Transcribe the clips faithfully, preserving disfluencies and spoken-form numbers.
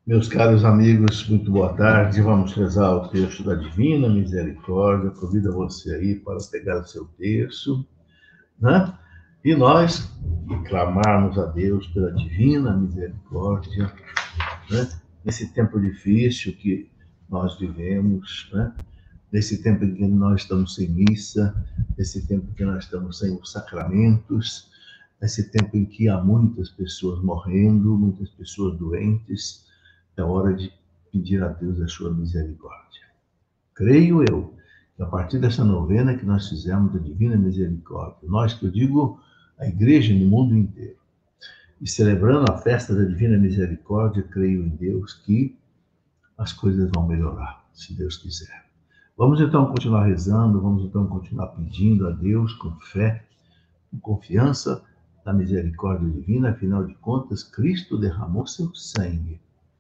Meus caros amigos, muito boa tarde. Vamos rezar o texto da Divina Misericórdia. Convido você aí para pegar o seu texto, né? E nós clamarmos a Deus pela Divina Misericórdia, né? Nesse tempo difícil que nós vivemos, né? Nesse tempo em que nós estamos sem missa, nesse tempo em que nós estamos sem os sacramentos, nesse tempo em que há muitas pessoas morrendo, muitas pessoas doentes. É hora de pedir a Deus a sua misericórdia. Creio eu que a partir dessa novena que nós fizemos da Divina Misericórdia, nós que eu digo a igreja no mundo inteiro, e celebrando a festa da Divina Misericórdia, creio em Deus que as coisas vão melhorar, se Deus quiser. Vamos então continuar rezando, vamos então continuar pedindo a Deus com fé, com confiança na misericórdia divina. Afinal de contas, Cristo derramou seu sangue,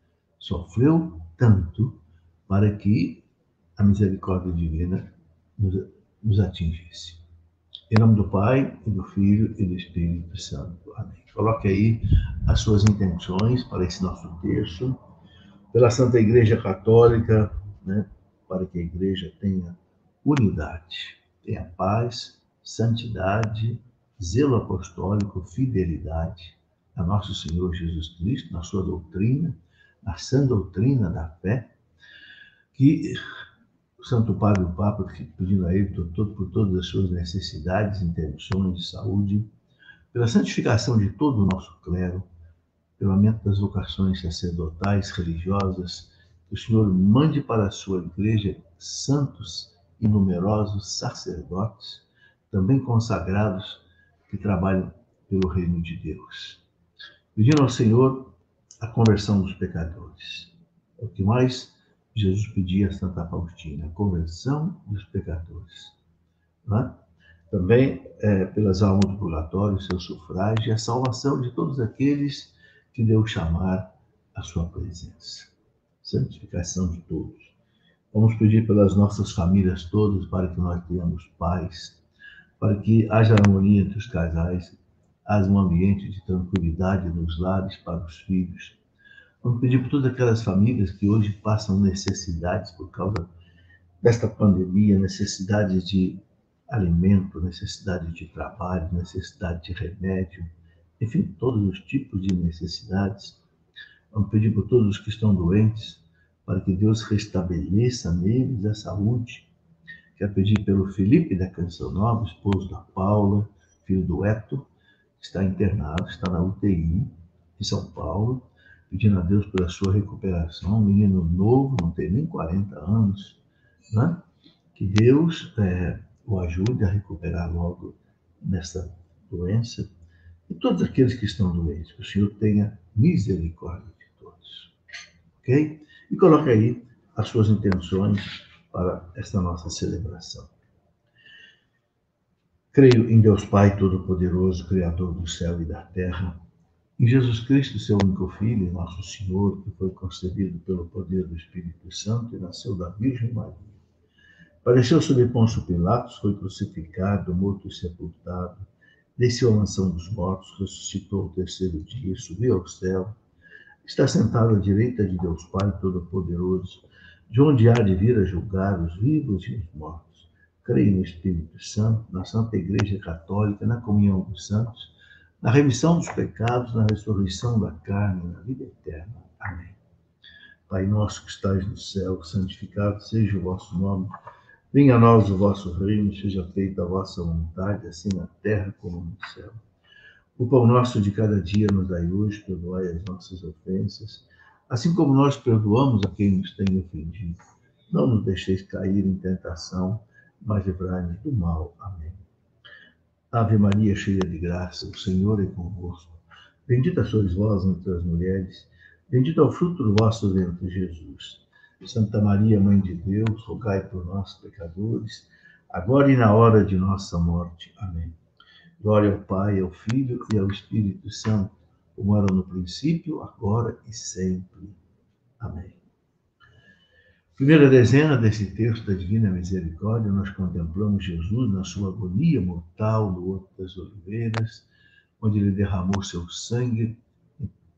sofreu tanto para que a misericórdia divina nos, nos atingisse. Em nome do Pai, e do Filho e do Espírito Santo. Amém. Coloque aí as suas intenções para esse nosso texto, pela Santa Igreja Católica, né, para que a Igreja tenha unidade, tenha paz, santidade, zelo apostólico, fidelidade a nosso Senhor Jesus Cristo, na sua doutrina, na sã doutrina da fé, que o Santo Padre e o Papa, pedindo a ele por, todo, por todas as suas necessidades, intenções de saúde, pela santificação de todo o nosso clero, pelo aumento das vocações sacerdotais, religiosas, que o Senhor mande para a sua igreja santos e numerosos sacerdotes, também consagrados, que trabalham pelo reino de Deus. Pedindo ao Senhor a conversão dos pecadores. É o que mais Jesus pedia a Santa Faustina, a conversão dos pecadores. Né? Também é, pelas almas do purgatório, seu sufrágio e a salvação de todos aqueles que Deus chamar à sua presença. Santificação de todos. Vamos pedir pelas nossas famílias todas, para que nós tenhamos paz, para que haja harmonia entre os casais, haja um ambiente de tranquilidade nos lares para os filhos. Vamos pedir por todas aquelas famílias que hoje passam necessidades por causa desta pandemia, necessidades de alimento, necessidade de trabalho, necessidade de remédio, enfim, todos os tipos de necessidades. Vamos pedir por todos os que estão doentes, para que Deus restabeleça neles a saúde. Quero pedir pelo Felipe da Canção Nova, esposo da Paula, filho do Hector, que está internado, está na U T I em São Paulo, pedindo a Deus pela sua recuperação. Um menino novo, não tem nem quarenta anos, né? Que Deus é, o ajude a recuperar logo nessa doença. E todos aqueles que estão doentes, que o Senhor tenha misericórdia de todos. Ok? E coloque aí as suas intenções para esta nossa celebração. Creio em Deus Pai Todo-Poderoso, Criador do céu e da terra, em Jesus Cristo, seu único Filho, nosso Senhor, que foi concebido pelo poder do Espírito Santo e nasceu da Virgem Maria. Padeceu sob Pôncio Pilatos, foi crucificado, morto e sepultado, desceu à mansão dos mortos, ressuscitou ao terceiro dia, subiu ao céu, está sentado à direita de Deus Pai Todo-Poderoso, de onde há de vir a julgar os vivos e os mortos. Creio no Espírito Santo, na Santa Igreja Católica, na comunhão dos santos, na remissão dos pecados, na ressurreição da carne e na vida eterna. Amém. Pai nosso que estais no céu, santificado seja o vosso nome. Venha a nós o vosso reino, seja feita a vossa vontade, assim na terra como no céu. O pão nosso de cada dia nos dai hoje, perdoai as nossas ofensas, assim como nós perdoamos a quem nos tem ofendido. Não nos deixeis cair em tentação, mas livrai-nos do mal. Amém. Ave Maria, cheia de graça, o Senhor é convosco. Bendita sois vós entre as mulheres, bendito é o fruto do vosso ventre, Jesus. Santa Maria, Mãe de Deus, rogai por nós, pecadores, agora e na hora de nossa morte. Amém. Glória ao Pai, ao Filho e ao Espírito Santo, como era no princípio, agora e sempre. Amém. Primeira dezena desse texto da Divina Misericórdia, nós contemplamos Jesus na sua agonia mortal no Horto das Oliveiras, onde ele derramou seu sangue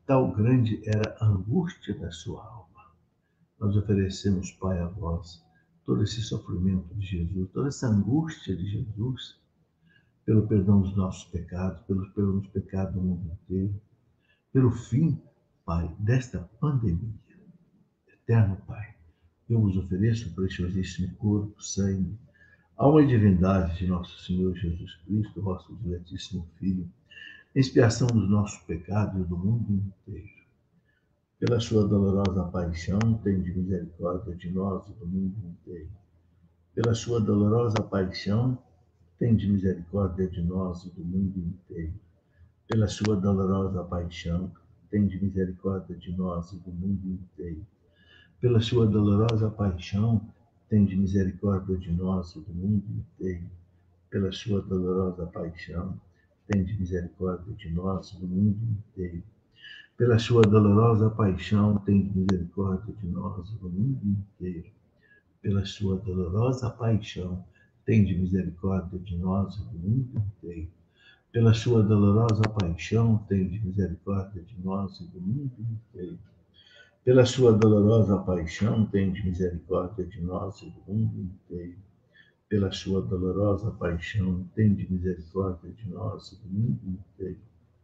tal grande era a angústia da sua alma. Nós oferecemos, Pai, a vós todo esse sofrimento de Jesus, toda essa angústia de Jesus, pelo perdão dos nossos pecados, pelos pelos pecados do mundo inteiro, pelo fim, Pai, desta pandemia. Eterno Pai, eu vos ofereço o preciosíssimo corpo, sangue, alma e divindade de nosso Senhor Jesus Cristo, vosso diletíssimo Filho, em expiação dos nossos pecados e do mundo inteiro. Pela sua dolorosa paixão, tende misericórdia de nós e do mundo inteiro. Pela sua dolorosa paixão, tende misericórdia de nós e do mundo inteiro. Pela sua dolorosa paixão, tende misericórdia de nós e do mundo inteiro. Pela sua dolorosa paixão, tende misericórdia de nós e do mundo inteiro. Pela sua dolorosa paixão, tende misericórdia de nós e do mundo inteiro. Pela sua dolorosa paixão, tende misericórdia de nós e do mundo inteiro. Pela sua dolorosa paixão, tende misericórdia de nós e do mundo inteiro. Pela sua dolorosa paixão, tende misericórdia de nós e do mundo inteiro. Pela sua dolorosa paixão, tende misericórdia de nós e do mundo inteiro. Pela sua dolorosa paixão, tende misericórdia de nós e do mundo inteiro.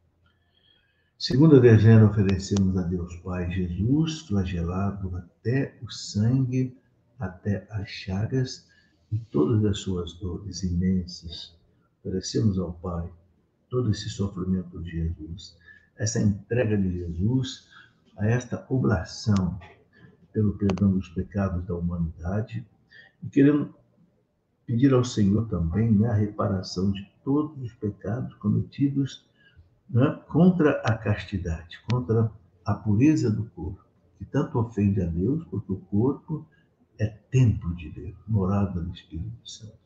Segunda dezena, oferecemos a Deus Pai Jesus, flagelado até o sangue, até as chagas e todas as suas dores imensas. Oferecemos ao Pai todo esse sofrimento de Jesus, essa entrega de Jesus a esta oblação pelo perdão dos pecados da humanidade e queremos pedir ao Senhor também, né, a reparação de todos os pecados cometidos, né, contra a castidade, contra a pureza do corpo, que tanto ofende a Deus, porque o corpo é templo de Deus, morada do Espírito Santo.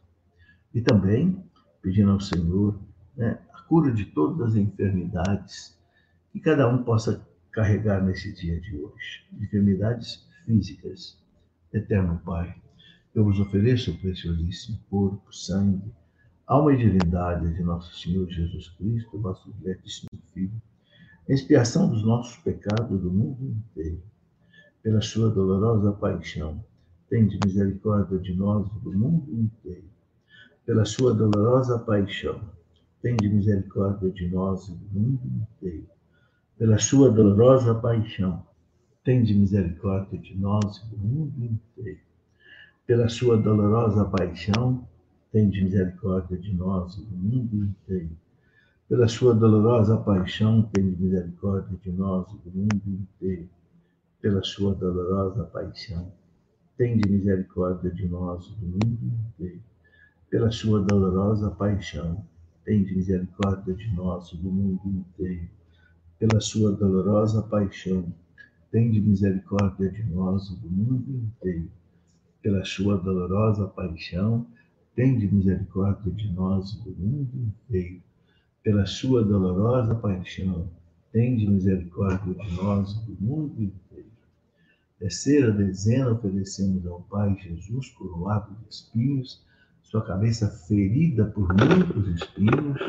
E também pedindo ao Senhor, né, a cura de todas as enfermidades que cada um possa carregar nesse dia de hoje, enfermidades físicas. Eterno Pai, eu vos ofereço o preciosíssimo corpo, sangue, alma e divindade de nosso Senhor Jesus Cristo, vosso diletíssimo Filho, em expiação dos nossos pecados do mundo inteiro. Pela sua dolorosa paixão, tende misericórdia de nós e do mundo inteiro. Pela sua dolorosa paixão, tende misericórdia de nós e do mundo inteiro. Pela sua dolorosa paixão, tende misericórdia de nós e do mundo inteiro. Pela sua dolorosa paixão, tende misericórdia de nós e do mundo inteiro. Pela sua dolorosa paixão, tende misericórdia de nós e do mundo inteiro. Pela sua dolorosa paixão, tende misericórdia de nós e do mundo inteiro. Pela sua dolorosa paixão, tende misericórdia de nós e do mundo inteiro. Pela sua dolorosa paixão, tende misericórdia de nós e do mundo inteiro. Pela sua dolorosa paixão, tende misericórdia de nós e do mundo inteiro. Pela sua dolorosa paixão, tende misericórdia de nós e do mundo inteiro. Terceira dezena, oferecemos ao Pai Jesus, coroado de espinhos, sua cabeça ferida por muitos espinhos,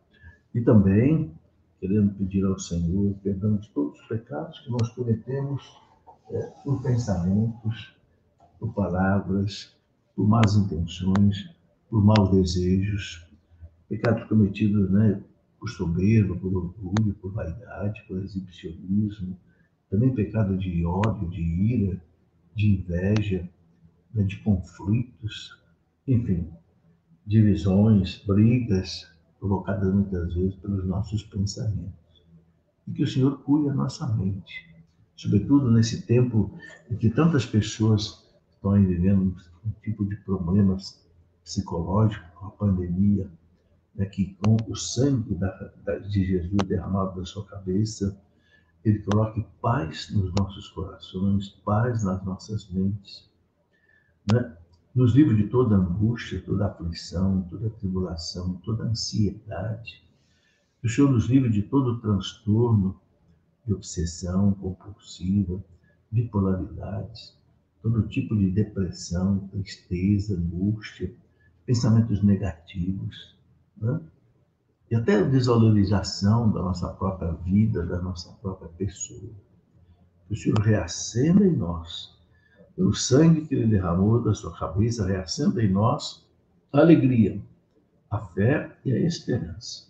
e também querendo pedir ao Senhor perdão de todos os pecados que nós cometemos é, por pensamentos, por palavras, por más intenções, por maus desejos, pecados cometidos, né, por soberba, por orgulho, por vaidade, por exibicionismo, também pecado de ódio, de ira, de inveja, né, de conflitos, enfim, divisões, brigas, provocadas muitas vezes pelos nossos pensamentos. E que o Senhor cure a nossa mente, sobretudo nesse tempo em que tantas pessoas estão aí vivendo um tipo de problemas psicológicos, com a pandemia, né, que com o sangue da, da, de Jesus derramado da sua cabeça, Ele coloque paz nos nossos corações, paz nas nossas mentes, né? Nos livre de toda angústia, toda aflição, toda tribulação, toda ansiedade. Que o Senhor nos livre de todo transtorno, de obsessão compulsiva, bipolaridades, todo tipo de depressão, tristeza, angústia, pensamentos negativos, né? e até a desvalorização da nossa própria vida, da nossa própria pessoa. Que o Senhor reacenda em nós, pelo sangue que Ele derramou da sua cabeça, reacenda em nós a alegria, a fé e a esperança.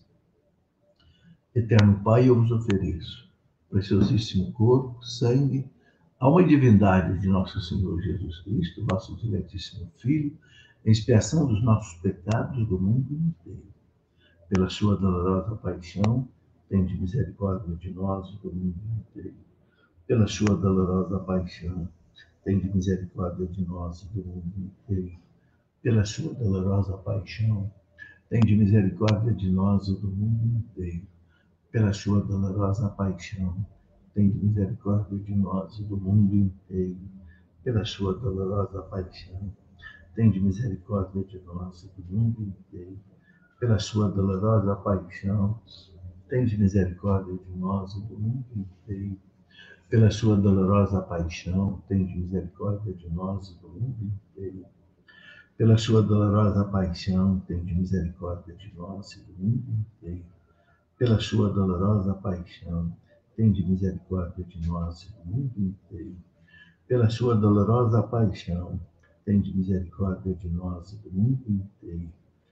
Eterno Pai, eu vos ofereço o preciosíssimo corpo, sangue, alma e divindade de nosso Senhor Jesus Cristo, nosso diletíssimo Filho, em expiação dos nossos pecados do mundo inteiro. Pela sua dolorosa paixão, tende misericórdia de nós e do mundo inteiro. Pela sua dolorosa paixão, tende misericórdia de nós e do mundo inteiro. Pela sua dolorosa paixão, tende misericórdia de nós e do mundo inteiro. Pela sua dolorosa paixão, tende misericórdia de nós e do mundo inteiro. Pela sua dolorosa paixão, tende misericórdia de nós e do mundo inteiro. Pela sua dolorosa paixão, tende misericórdia de nós e do mundo inteiro. Pela sua dolorosa paixão, tende misericórdia de nós e do mundo inteiro. Pela sua dolorosa paixão, tende misericórdia de nós e do mundo inteiro. Pela sua dolorosa paixão, tende misericórdia de nós e do mundo inteiro. Pela sua dolorosa paixão, tende misericórdia de nós e do mundo inteiro.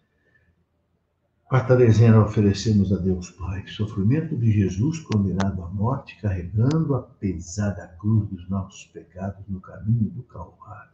Quarta dezena, oferecemos a Deus Pai, sofrimento de Jesus condenado à morte, carregando a pesada cruz dos nossos pecados no caminho do Calvário.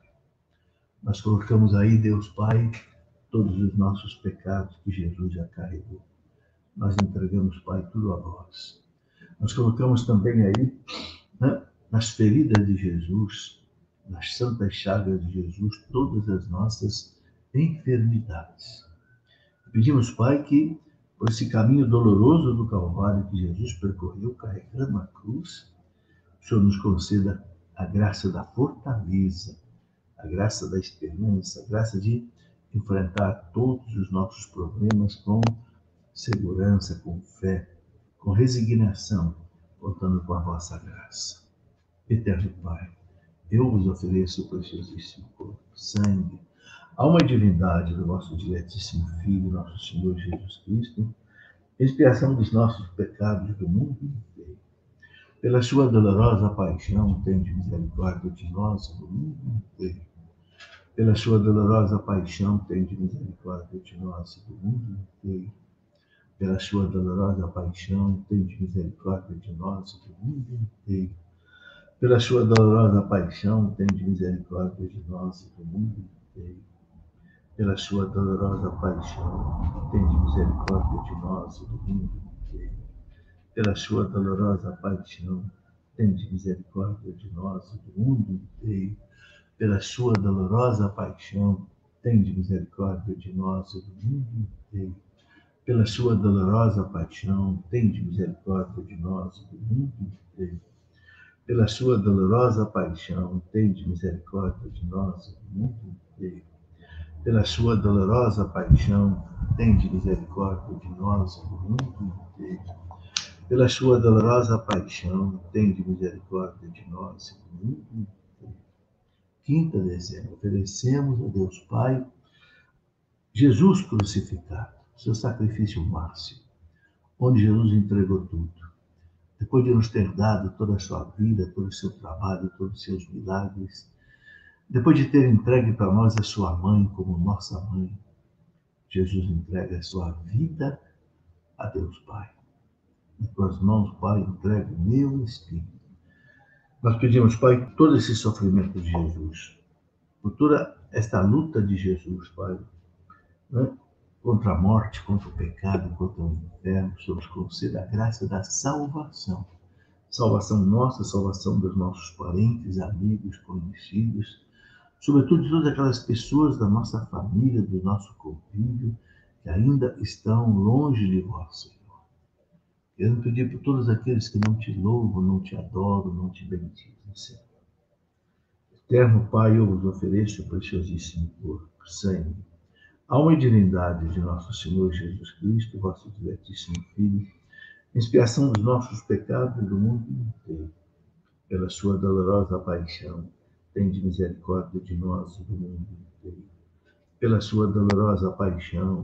Nós colocamos aí, Deus Pai, todos os nossos pecados que Jesus já carregou. Nós entregamos, Pai, tudo a vós. Nós colocamos também aí, né, nas feridas de Jesus, nas santas chagas de Jesus, todas as nossas enfermidades. Pedimos, Pai, que por esse caminho doloroso do Calvário que Jesus percorreu, carregando a cruz, o Senhor nos conceda a graça da fortaleza, a graça da esperança, a graça de enfrentar todos os nossos problemas com segurança, com fé, com resignação, contando com a vossa graça. Eterno Pai, eu vos ofereço o preciosíssimo corpo, sangue, alma e divindade do vosso diletíssimo Filho, nosso Senhor Jesus Cristo, expiação dos nossos pecados do mundo inteiro. Pela sua dolorosa paixão, tende misericórdia de nós e do mundo inteiro. Pela sua dolorosa paixão, tende misericórdia de nós e do mundo inteiro. Pela sua dolorosa paixão, tende misericórdia de nós e do mundo inteiro. Pela sua dolorosa paixão, tende misericórdia de nós e do mundo inteiro. Pela sua dolorosa paixão, tende misericórdia de nós e do mundo inteiro. Pela sua dolorosa paixão, tende misericórdia de nós e do mundo inteiro. Pela sua dolorosa paixão, tende misericórdia de nós e do mundo inteiro. Pela sua dolorosa paixão, tende misericórdia de nós e do mundo inteiro. Pela sua dolorosa paixão, tende misericórdia de nós e do mundo inteiro. Pela sua dolorosa paixão, tende misericórdia de nós e do mundo inteiro. Pela sua dolorosa paixão, tende misericórdia de nós e do mundo inteiro. Quinta dezena, oferecemos a Deus Pai Jesus crucificado, seu sacrifício máximo, onde Jesus entregou tudo. Depois de nos ter dado toda a sua vida, todo o seu trabalho, todos os seus milagres, depois de ter entregue para nós a sua mãe como nossa mãe, Jesus entrega a sua vida a Deus Pai. Em tuas mãos, Pai, entrego o meu espírito. Nós pedimos, Pai, todo esse sofrimento de Jesus, por toda esta luta de Jesus, Pai, né, contra a morte, contra o pecado, contra o inferno, o Senhor nos conceda a graça da salvação. Salvação nossa, salvação dos nossos parentes, amigos, conhecidos, sobretudo de todas aquelas pessoas da nossa família, do nosso convívio, que ainda estão longe de vós, Senhor. Quero pedir por todos aqueles que não te louvam, não te adoram, não te bendizem, Senhor. Eterno Pai, eu vos ofereço o preciosíssimo corpo, sangue, alma e divindade de nosso Senhor Jesus Cristo, vosso diletíssimo Filho, expiação dos nossos pecados do mundo inteiro. Pela sua dolorosa paixão, tende misericórdia de nós e do mundo inteiro. Pela sua dolorosa paixão,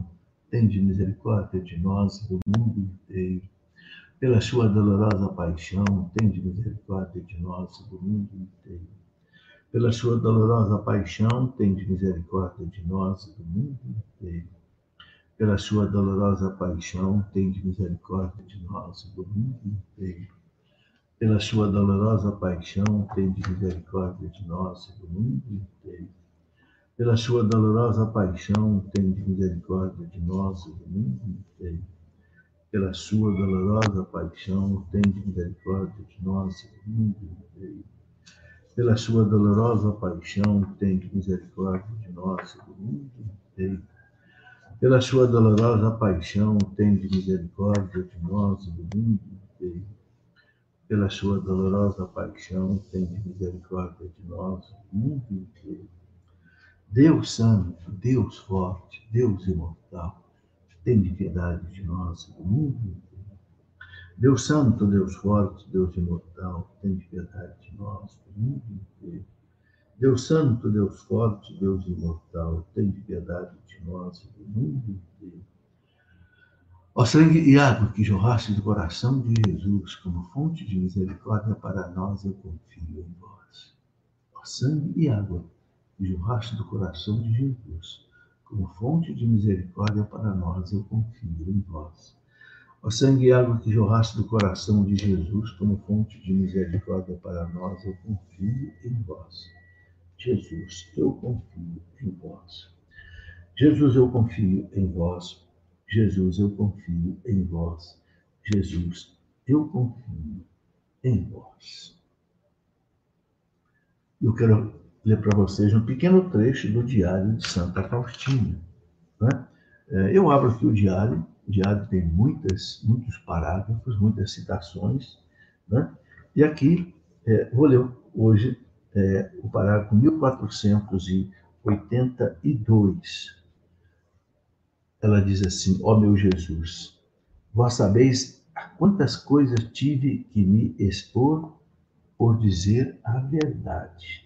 tende misericórdia de nós e do mundo inteiro. Pela sua dolorosa paixão, tende misericórdia de nós e do mundo inteiro. Pela sua dolorosa paixão, tende misericórdia de nós e do mundo inteiro. Pela sua dolorosa paixão, tende misericórdia de nós e do mundo inteiro. Pela sua dolorosa paixão, tende misericórdia de nós e do mundo inteiro. Pela sua dolorosa paixão, tende misericórdia de nós e do mundo inteiro. Pela sua dolorosa paixão, tende misericórdia de nós e do mundo inteiro. Pela sua dolorosa paixão, tende misericórdia de nós e do mundo inteiro. Pela sua dolorosa paixão, tende misericórdia de nós e do mundo inteiro. Pela sua dolorosa paixão, tende misericórdia de nós e do mundo inteiro. Deus Santo, Deus Forte, Deus Imortal, tende piedade de nós e do mundo inteiro. Deus Santo, Deus Forte, Deus Imortal, tende piedade de nós e do mundo inteiro. Deus Santo, Deus Forte, Deus Imortal, tende piedade de nós e do mundo inteiro. Ó sangue e água que jorraste do coração de Jesus como fonte de misericórdia para nós, eu confio em vós. Ó sangue e água que jorraste do coração de Jesus como fonte de misericórdia para nós, eu confio em vós. Ó sangue e água que jorraste do coração de Jesus como fonte de misericórdia para nós, eu confio em vós. Jesus, eu confio em vós. Jesus, eu confio em vós. Jesus, eu confio em vós. Jesus, eu confio em vós. Eu quero ler para vocês um pequeno trecho do Diário de Santa Faustina. Né? Eu abro aqui o diário. O diário tem muitas, muitos parágrafos, muitas citações. Né? E aqui, é, vou ler hoje é, o parágrafo mil quatrocentos e oitenta e dois. Ela diz assim: ó meu Jesus, vós sabeis a quantas coisas tive que me expor por dizer a verdade.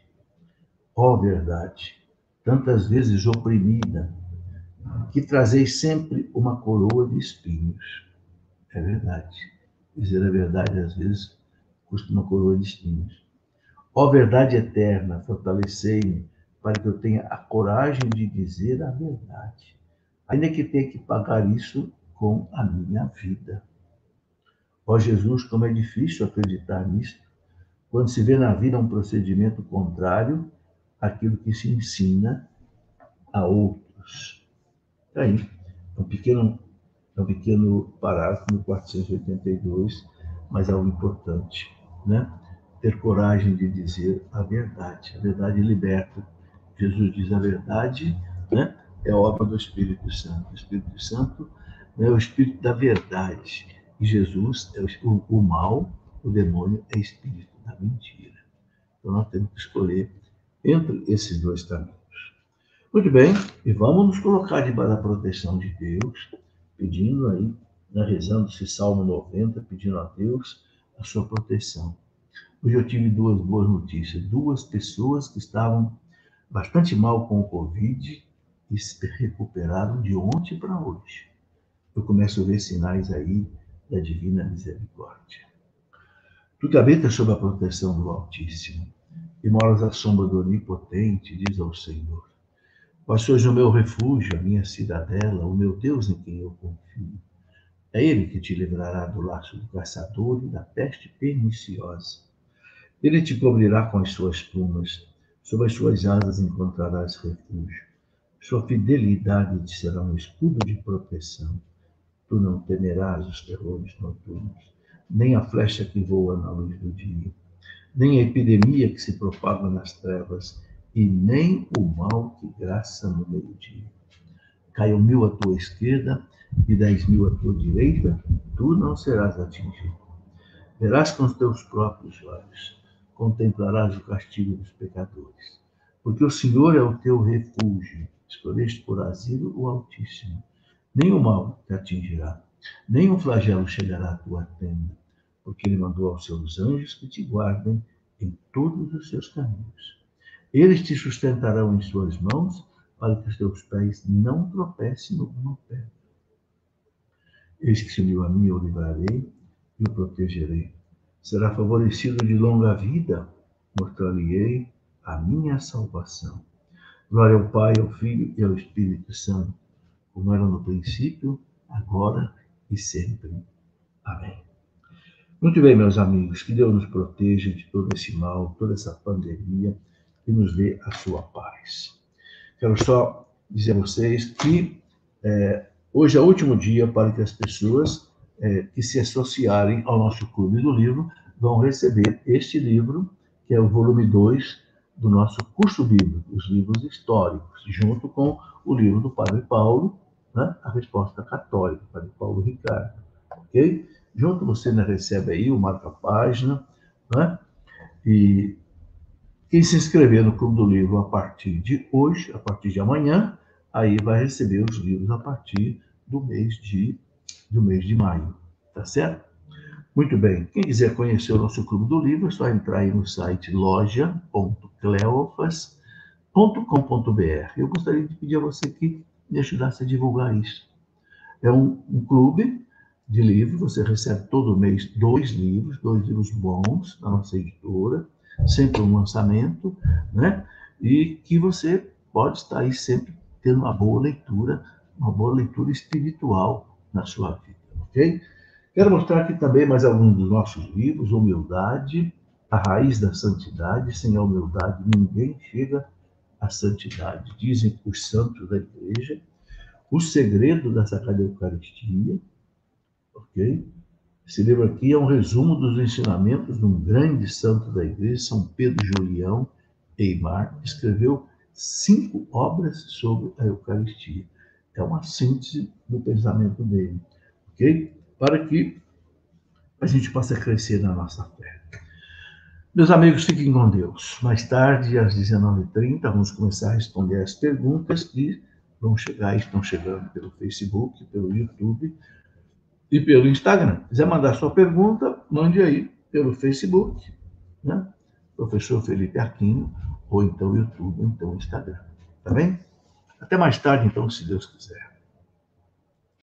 Ó verdade, tantas vezes oprimida, que trazeis sempre uma coroa de espinhos. É verdade. Dizer a verdade, às vezes, custa uma coroa de espinhos. Ó verdade eterna, fortalecei-me para que eu tenha a coragem de dizer a verdade, ainda que tenha que pagar isso com a minha vida. Ó Jesus, como é difícil acreditar nisto, quando se vê na vida um procedimento contrário àquilo que se ensina a outros. Aí, é um pequeno, é um pequeno parágrafo, mil quatrocentos e oitenta e dois, mas é algo importante, né? Ter coragem de dizer a verdade. A verdade liberta. Jesus diz a verdade, né? É obra do Espírito Santo. O Espírito Santo é o Espírito da verdade. E Jesus é o, o mal, o demônio é espírito da mentira. Então nós temos que escolher entre esses dois caminhos. Muito bem, e vamos nos colocar debaixo da proteção de Deus, pedindo aí, né, rezando esse Salmo noventa, pedindo a Deus a sua proteção. Hoje eu tive duas boas notícias. Duas pessoas que estavam bastante mal com o Covid e se recuperaram de ontem para hoje. Eu começo a ver sinais aí da divina misericórdia. Tu habitas sob a proteção do Altíssimo e moras à sombra do Onipotente, diz ao Senhor. Vós sois o meu refúgio, a minha cidadela, o meu Deus em quem eu confio. É Ele que te livrará do laço do caçador e da peste perniciosa. Ele te cobrirá com as suas plumas, sob as suas asas encontrarás refúgio. Sua fidelidade te será um escudo de proteção. Tu não temerás os terrores noturnos, nem a flecha que voa na luz do dia, nem a epidemia que se propaga nas trevas, e nem o mal que graça no meio-dia. Caiam mil à tua esquerda e dez mil à tua direita, tu não serás atingido. Verás com os teus próprios olhos, contemplarás o castigo dos pecadores. Porque o Senhor é o teu refúgio, escolheste por asilo o Altíssimo. Nem o mal te atingirá, nem o flagelo chegará à tua tenda, porque Ele mandou aos seus anjos que te guardem em todos os seus caminhos. Eles te sustentarão em suas mãos, para que os teus pés não tropecem no pé. Eis que se uniu a mim, eu o livrarei e o protegerei. Será favorecido de longa vida, mostrar-lhe-ei a minha salvação. Glória ao Pai, ao Filho e ao Espírito Santo, como era no princípio, agora e sempre. Amém. Muito bem, meus amigos, que Deus nos proteja de todo esse mal, toda essa pandemia, e nos dê a sua paz. Quero só dizer a vocês que é, hoje é o último dia para que as pessoas é, que se associarem ao nosso Clube do Livro vão receber este livro, que é o volume dois do nosso curso bíblico, os livros históricos, junto com o livro do Padre Paulo, né, a Resposta Católica, Padre Paulo Ricardo. Ok? Junto você ainda recebe aí o marca-página, né? E quem se inscrever no Clube do Livro a partir de hoje, a partir de amanhã, aí vai receber os livros a partir do mês de, do mês de maio, tá certo? Muito bem, quem quiser conhecer o nosso Clube do Livro, é só entrar aí no site loja ponto cleofas ponto com ponto br. Eu gostaria de pedir a você que me ajudasse a divulgar isso. É um, um clube de livros, você recebe todo mês dois livros, dois livros bons da nossa editora, sempre um lançamento, né? E que você pode estar aí sempre tendo uma boa leitura, uma boa leitura espiritual na sua vida, ok? Quero mostrar aqui também mais alguns dos nossos livros: Humildade, a Raiz da Santidade. Sem a humildade ninguém chega à santidade, dizem os santos da Igreja. O Segredo da Sagrada Eucaristia, ok? Esse livro aqui é um resumo dos ensinamentos de um grande santo da Igreja, São Pedro Julião Eymar, que escreveu cinco obras sobre a Eucaristia. É uma síntese do pensamento dele, ok? Para que a gente possa crescer na nossa fé. Meus amigos, fiquem com Deus. Mais tarde, às dezenove e trinta, vamos começar a responder as perguntas que vão chegar, estão chegando pelo Facebook, pelo YouTube e pelo Instagram. Se quiser mandar sua pergunta, mande aí pelo Facebook, né? Professor Felipe Aquino, ou então YouTube, ou então Instagram. Tá bem? Até mais tarde, então, se Deus quiser.